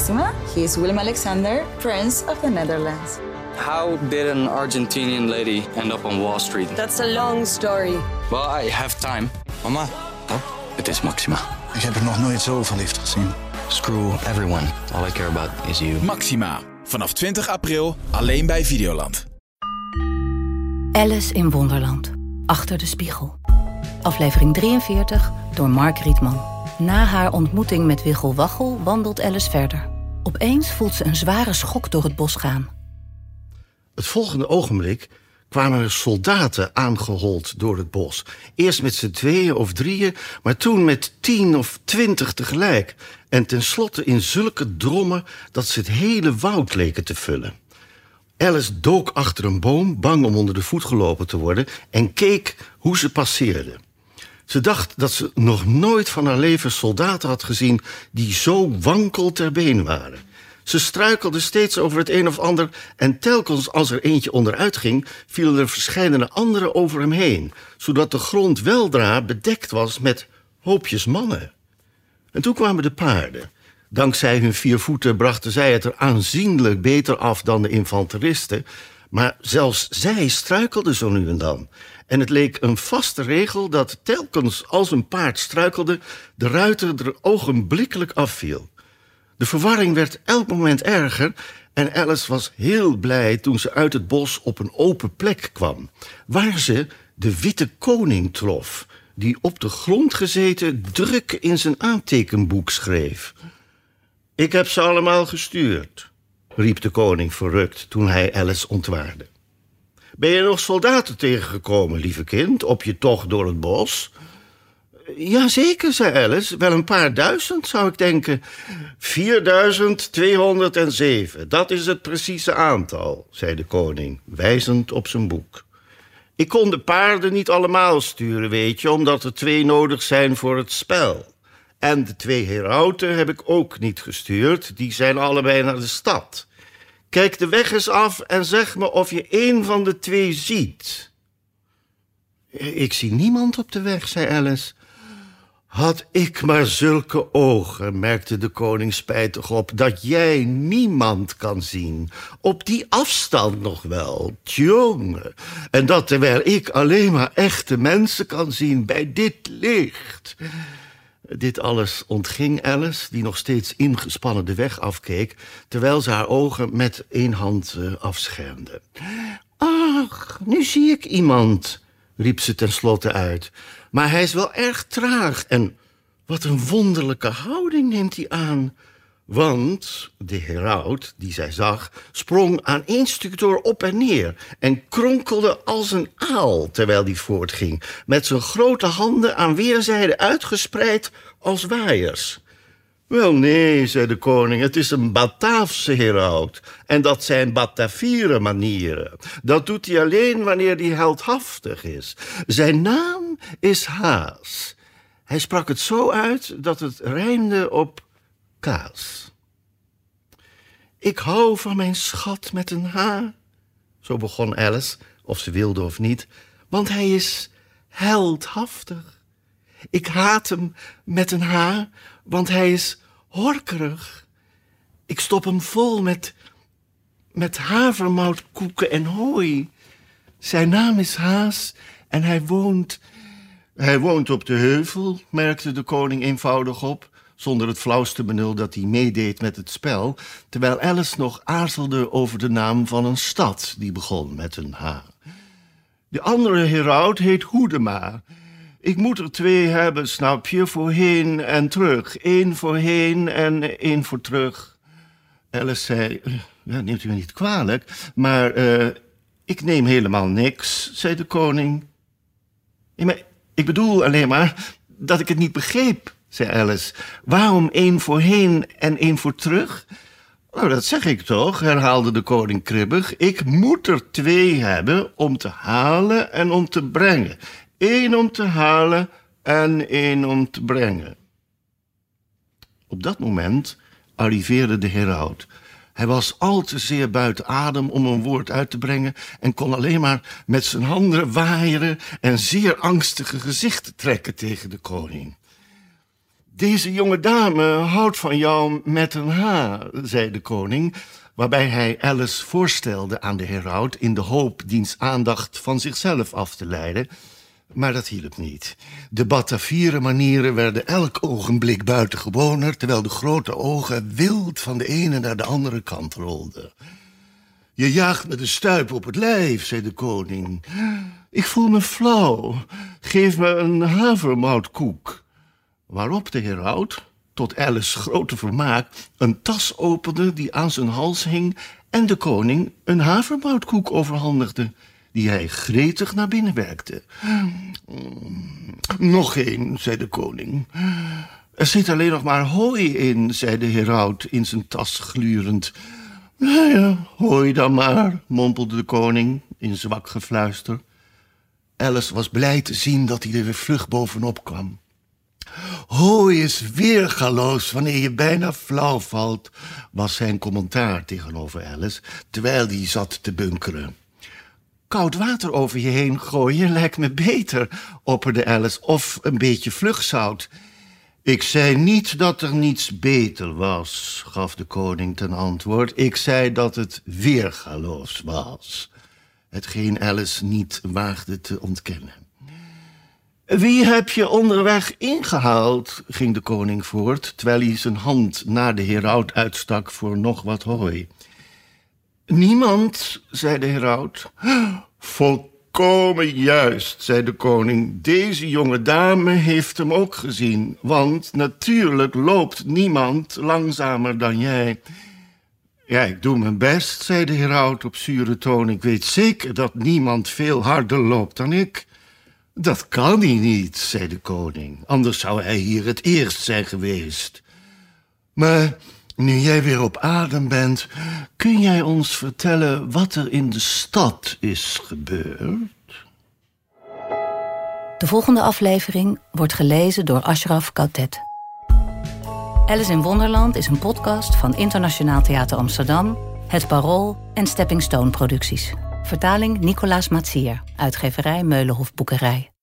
Maxima. He is Willem-Alexander, Prince of the Netherlands. How did an Argentinian lady end up on Wall Street? That's a long story. Well, I have time. Mama, Het is Maxima. ik heb er nog nooit zo verliefd gezien. Screw everyone. All I care about is you. Maxima. Vanaf 20 april alleen bij Videoland. Alice in Wonderland. Achter de spiegel. Aflevering 43 door Mark Rietman. Na haar ontmoeting met Wiggel Waggel wandelt Alice verder. Opeens voelt ze een zware schok door het bos gaan. Het volgende ogenblik kwamen er soldaten aangehold door het bos. Eerst met z'n 2 of 3, maar toen met 10 of 20 tegelijk. En tenslotte in zulke drommen dat ze het hele woud leken te vullen. Alice dook achter een boom, bang om onder de voet gelopen te worden, en keek hoe ze passeerden. Ze dacht dat ze nog nooit van haar leven soldaten had gezien die zo wankel ter been waren. Ze struikelde steeds over het een of ander en telkens als er eentje onderuit ging, vielen er verscheidene anderen over hem heen, zodat de grond weldra bedekt was met hoopjes mannen. En toen kwamen de paarden. Dankzij hun 4 voeten brachten zij het er aanzienlijk beter af dan de infanteristen, maar zelfs zij struikelden zo nu en dan. En het leek een vaste regel dat telkens als een paard struikelde, de ruiter er ogenblikkelijk afviel. De verwarring werd elk moment erger en Alice was heel blij toen ze uit het bos op een open plek kwam, waar ze de witte koning trof, die op de grond gezeten druk in zijn aantekenboek schreef. Ik heb ze allemaal gestuurd, riep de koning verrukt toen hij Alice ontwaarde. Ben je nog soldaten tegengekomen, lieve kind, op je tocht door het bos? Jazeker, zei Alice, wel een paar duizend, zou ik denken. 4207, dat is het precieze aantal, zei de koning, wijzend op zijn boek. Ik kon de paarden niet allemaal sturen, weet je, omdat er 2 nodig zijn voor het spel. En de 2 herauten heb ik ook niet gestuurd, die zijn allebei naar de stad. Kijk de weg eens af en zeg me of je 1 van de 2 ziet. Ik zie niemand op de weg, zei Alice. Had ik maar zulke ogen, merkte de koning spijtig op, dat jij niemand kan zien. Op die afstand nog wel, tjonge. En dat terwijl ik alleen maar echte mensen kan zien bij dit licht. Dit alles ontging Alice, die nog steeds ingespannen de weg afkeek, terwijl ze haar ogen met 1 hand afschermde. Ach, nu zie ik iemand, riep ze tenslotte uit. Maar hij is wel erg traag en wat een wonderlijke houding neemt hij aan. Want de heraut, die zij zag, sprong aan 1 stuk door op en neer en kronkelde als een aal terwijl hij voortging, met zijn grote handen aan weerszijden uitgespreid als waaiers. Wel nee, zei de koning, het is een Bataafse heraut en dat zijn Batavieren manieren. Dat doet hij alleen wanneer hij heldhaftig is. Zijn naam is Haas. Hij sprak het zo uit dat het rijmde op kaas. Ik hou van mijn schat met een H, zo begon Alice, of ze wilde of niet, want hij is heldhaftig. Ik haat hem met een H, want hij is horkerig. Ik stop hem vol met havermoutkoeken en hooi. Zijn naam is Haas en hij woont op de heuvel, merkte de koning eenvoudig op, zonder het flauwste benul dat hij meedeed met het spel, terwijl Alice nog aarzelde over de naam van een stad die begon met een H. De andere heraut heet Hoedema. Ik moet er 2 hebben, snap je, voor heen en terug. 1 voor heen en 1 voor terug. Alice zei, neemt u me niet kwalijk, maar ik neem helemaal niks, zei de koning. Ja, maar ik bedoel alleen maar dat ik het niet begreep, zei Alice. Waarom 1 voor heen en 1 voor terug? Nou, dat zeg ik toch, herhaalde de koning kribbig. Ik moet er 2 hebben om te halen en om te brengen. 1 om te halen en 1 om te brengen. Op dat moment arriveerde de heraut. Hij was al te zeer buiten adem om een woord uit te brengen en kon alleen maar met zijn handen waaieren en zeer angstige gezichten trekken tegen de koning. Deze jonge dame houdt van jou met een H, zei de koning, waarbij hij Alice voorstelde aan de heraut in de hoop diens aandacht van zichzelf af te leiden. Maar dat hielp niet. De Batavieren manieren werden elk ogenblik buitengewoner, terwijl de grote ogen wild van de ene naar de andere kant rolden. Je jaagt me de stuip op het lijf, zei de koning. Ik voel me flauw. Geef me een havermoutkoek. Waarop de heraut, tot Alice's grote vermaak, een tas opende die aan zijn hals hing en de koning een havermoutkoek overhandigde, die hij gretig naar binnen werkte. Nog één, zei de koning. Er zit alleen nog maar hooi in, zei de heraut in zijn tas glurend. Nou ja, hooi dan maar, mompelde de koning in zwak gefluister. Alice was blij te zien dat hij er weer vlug bovenop kwam. Hooi is weergaloos wanneer je bijna flauw valt, was zijn commentaar tegenover Alice, terwijl hij zat te bunkeren. Koud water over je heen gooien lijkt me beter, opperde Alice, of een beetje vlugzout. Ik zei niet dat er niets beter was, gaf de koning ten antwoord. Ik zei dat het weergaloos was, hetgeen Alice niet waagde te ontkennen. Wie heb je onderweg ingehaald, ging de koning voort, terwijl hij zijn hand naar de heraut uitstak voor nog wat hooi. Niemand, zei de heraut. Volkomen juist, zei de koning. Deze jonge dame heeft hem ook gezien, want natuurlijk loopt niemand langzamer dan jij. Ja, ik doe mijn best, zei de heraut op zure toon. Ik weet zeker dat niemand veel harder loopt dan ik. Dat kan hij niet, zei de koning. Anders zou hij hier het eerst zijn geweest. Maar nu jij weer op adem bent, kun jij ons vertellen wat er in de stad is gebeurd? De volgende aflevering wordt gelezen door Ashraf Kautet. Alice in Wonderland is een podcast van Internationaal Theater Amsterdam, Het Parool en Stepping Stone Producties. Vertaling Nicolaas Matsier, uitgeverij Meulenhof Boekerij.